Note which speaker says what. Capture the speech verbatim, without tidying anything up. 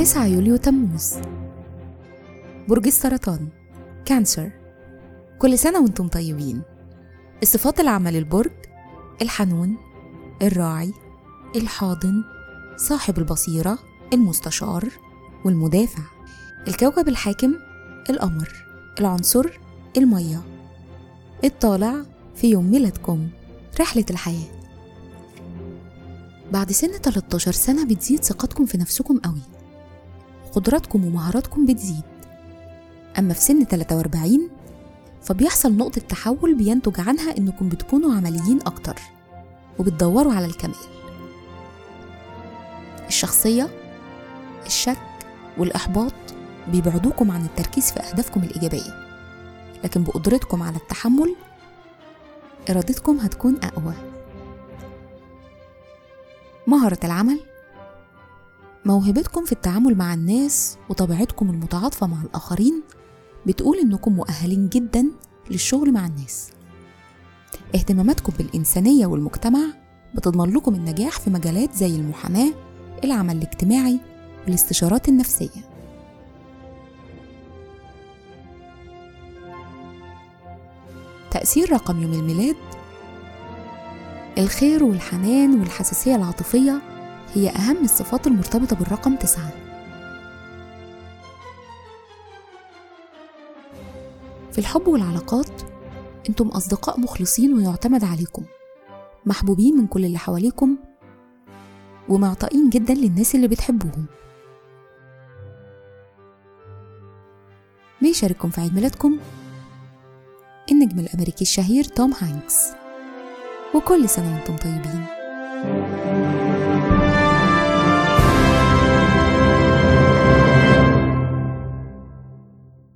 Speaker 1: تسعة يوليو تموز، برج السرطان، كانسر. كل سنة وانتم طيبين. الصفات العامة للبرج: الحنون، الراعي، الحاضن، صاحب البصيرة، المستشار، والمدافع. الكوكب الحاكم: القمر. العنصر: المية. الطالع في يوم ميلادكم. رحلة الحياة: بعد سن ثلاثة عشر سنة بتزيد ثقتكم في نفسكم قوي، قدراتكم ومهاراتكم بتزيد. أما في سن ثلاثة وأربعين فبيحصل نقطة تحول بينتج عنها إنكم بتكونوا عمليين أكتر وبتدوروا على الكمال. الشخصية: الشك والإحباط بيبعدوكم عن التركيز في أهدافكم الإيجابية، لكن بقدرتكم على التحمل إرادتكم هتكون أقوى. مهارة العمل: موهبتكم في التعامل مع الناس وطبيعتكم المتعاطفة مع الآخرين بتقول إنكم مؤهلين جدا للشغل مع الناس. اهتماماتكم بالإنسانية والمجتمع بتضمن لكم النجاح في مجالات زي المحاماة، العمل الاجتماعي، والاستشارات النفسية. تأثير رقم يوم الميلاد: الخير والحنان والحساسية العاطفية هي أهم الصفات المرتبطة بالرقم تسعة. في الحب والعلاقات انتم أصدقاء مخلصين ويعتمد عليكم، محبوبين من كل اللي حواليكم، ومعطائين جدا للناس اللي بتحبوهم. بيشارككم في عيد ميلادكم النجم الأمريكي الشهير توم هانكس. وكل سنة وانتم طيبين.